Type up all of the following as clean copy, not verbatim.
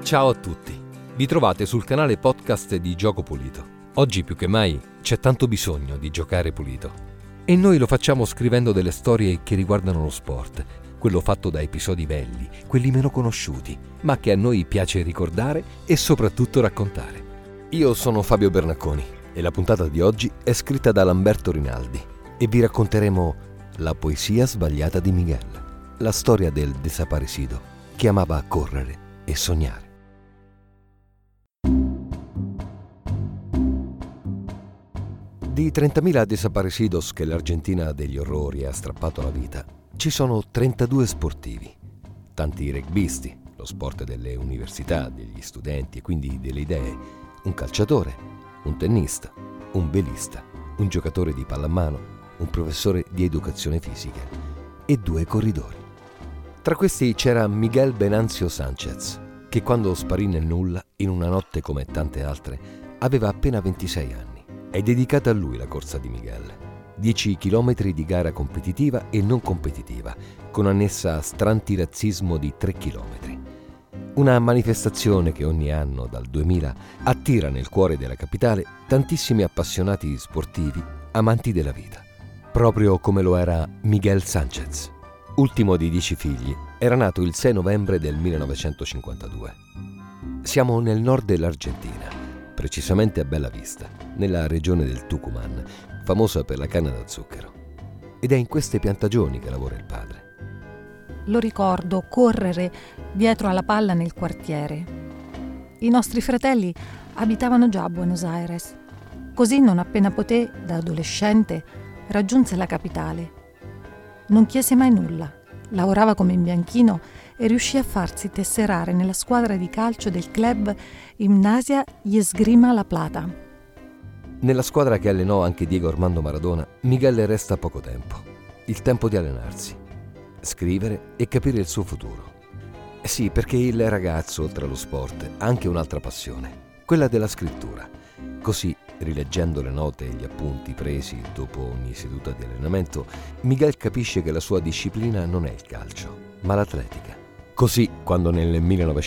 Ciao a tutti, vi trovate sul canale podcast di Gioco Pulito. Oggi più che mai c'è tanto bisogno di giocare pulito. E noi lo facciamo scrivendo delle storie che riguardano lo sport, quello fatto da episodi belli, quelli meno conosciuti, ma che a noi piace ricordare e soprattutto raccontare. Io sono Fabio Bernacconi e la puntata di oggi è scritta da Lamberto Rinaldi e vi racconteremo La poesia sbagliata di Miguel, la storia del desaparecido che amava correre e sognare. Di 30.000 desaparecidos che l'Argentina degli orrori ha strappato la vita, ci sono 32 sportivi, tanti rugbisti, lo sport delle università, degli studenti e quindi delle idee, un calciatore, un tennista, un velista, un giocatore di pallamano, un professore di educazione fisica e 2 corridori. Tra questi c'era Miguel Venancio Sánchez, che quando sparì nel nulla, in una notte come tante altre, aveva appena 26 anni. È dedicata a lui la corsa di Miguel. 10 chilometri di gara competitiva e non competitiva, con annessa strantirazzismo di 3 chilometri. Una manifestazione che ogni anno, dal 2000, attira nel cuore della capitale tantissimi appassionati sportivi, amanti della vita. Proprio come lo era Miguel Sánchez. Ultimo di 10 figli, era nato il 6 novembre del 1952. Siamo nel nord dell'Argentina, precisamente a Bella Vista, nella regione del Tucumán, famosa per la canna da zucchero. Ed è in queste piantagioni che lavora il padre. Lo ricordo correre dietro alla palla nel quartiere. I nostri fratelli abitavano già a Buenos Aires. Così, non appena poté, da adolescente, raggiunse la capitale. Non chiese mai nulla, lavorava come imbianchino e riuscì a farsi tesserare nella squadra di calcio del club Gimnasia y Esgrima La Plata. Nella squadra che allenò anche Diego Armando Maradona, Miguel resta poco tempo. Il tempo di allenarsi, scrivere e capire il suo futuro. Sì, perché il ragazzo, oltre allo sport, ha anche un'altra passione, quella della scrittura. Così, rileggendo le note e gli appunti presi dopo ogni seduta di allenamento, Miguel capisce che la sua disciplina non è il calcio, ma l'atletica. Così, quando nel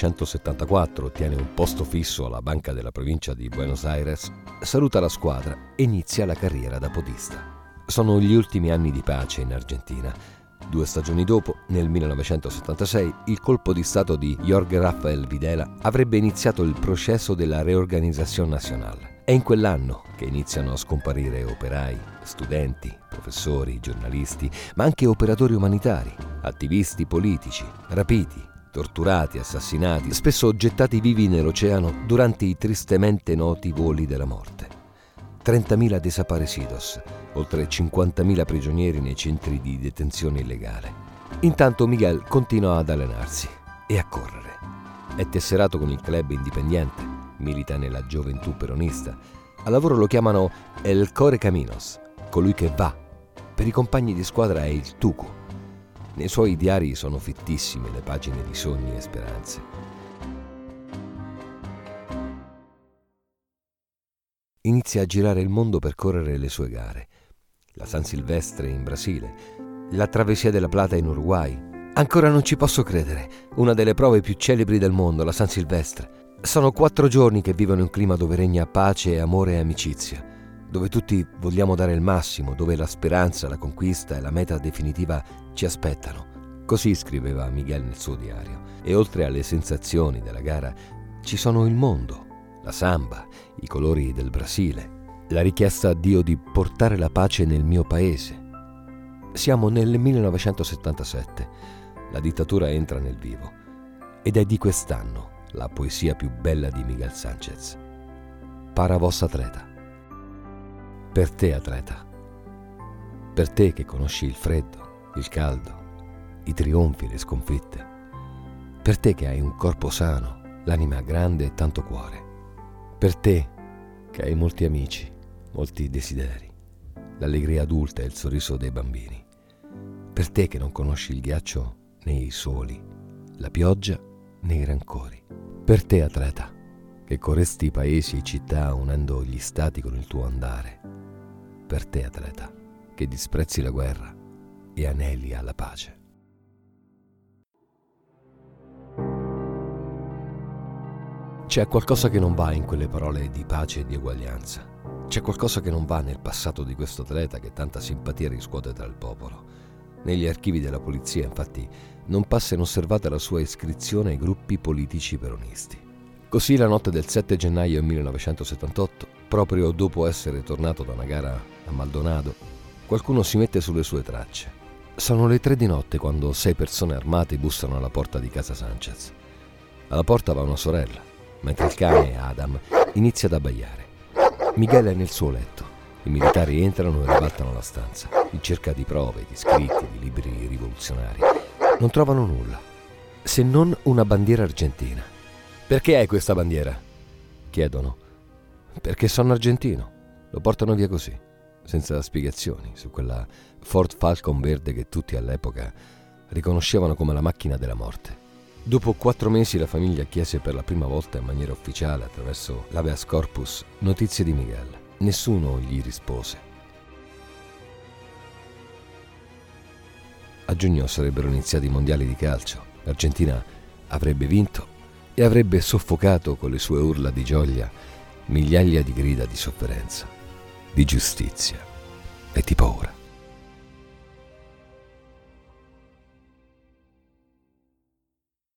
1974 ottiene un posto fisso alla banca della provincia di Buenos Aires, saluta la squadra e inizia la carriera da podista. Sono gli ultimi anni di pace in Argentina. 2 stagioni dopo, nel 1976, il colpo di stato di Jorge Rafael Videla avrebbe iniziato il processo della Reorganizzación Nacional. È in quell'anno che iniziano a scomparire operai, studenti, professori, giornalisti, ma anche operatori umanitari, attivisti politici, rapiti, torturati, assassinati, spesso gettati vivi nell'oceano durante i tristemente noti voli della morte. 30.000 desaparecidos, oltre 50.000 prigionieri nei centri di detenzione illegale. Intanto Miguel continua ad allenarsi e a correre. È tesserato con il club Independiente, milita nella gioventù peronista. A lavoro lo chiamano El Correcaminos, colui che va. Per i compagni di squadra è il Tucu. Nei suoi diari sono fittissime le pagine di sogni e speranze. Inizia a girare il mondo per correre le sue gare. La San Silvestre in Brasile, la Travesía de la Plata in Uruguay. Ancora non ci posso credere, una delle prove più celebri del mondo, la San Silvestre. Sono 4 giorni che vivono in un clima dove regna pace, amore e amicizia, dove tutti vogliamo dare il massimo, dove la speranza, la conquista e la meta definitiva ci aspettano. Così scriveva Miguel nel suo diario. E oltre alle sensazioni della gara ci sono il mondo, la samba, i colori del Brasile, la richiesta a Dio di portare la pace nel mio paese. Siamo nel 1977, la dittatura entra nel vivo ed è di quest'anno la poesia più bella di Miguel Sánchez. Para vos atleta. Per te atleta. Per te che conosci il freddo, il caldo, i trionfi e le sconfitte. Per te che hai un corpo sano, l'anima grande e tanto cuore. Per te che hai molti amici, molti desideri, l'allegria adulta e il sorriso dei bambini. Per te che non conosci il ghiaccio né i soli, la pioggia né i rancori. Per te, atleta, che corresti paesi e città unendo gli stati con il tuo andare. Per te, atleta, che disprezzi la guerra e aneli alla pace. C'è qualcosa che non va in quelle parole di pace e di eguaglianza. C'è qualcosa che non va nel passato di questo atleta che tanta simpatia riscuote tra il popolo. Negli archivi della polizia, infatti, non passa inosservata la sua iscrizione ai gruppi politici peronisti. Così la notte del 7 gennaio 1978, proprio dopo essere tornato da una gara a Maldonado, qualcuno si mette sulle sue tracce. Sono le 3 di notte quando 6 persone armate bussano alla porta di casa Sanchez. Alla porta va una sorella, mentre il cane, Adam, inizia ad abbaiare. Miguel è nel suo letto. I militari entrano e ribaltano la stanza, in cerca di prove, di scritti, di libri rivoluzionari. Non trovano nulla, se non una bandiera argentina. «Perché hai questa bandiera?» chiedono. «Perché sono argentino». Lo portano via così, senza spiegazioni, su quella Ford Falcon verde che tutti all'epoca riconoscevano come la macchina della morte. Dopo 4 mesi la famiglia chiese per la prima volta in maniera ufficiale, attraverso l'habeas corpus, notizie di Miguel. Nessuno gli rispose. A giugno sarebbero iniziati i mondiali di calcio. L'Argentina avrebbe vinto e avrebbe soffocato con le sue urla di gioia migliaia di grida di sofferenza, di giustizia e di paura.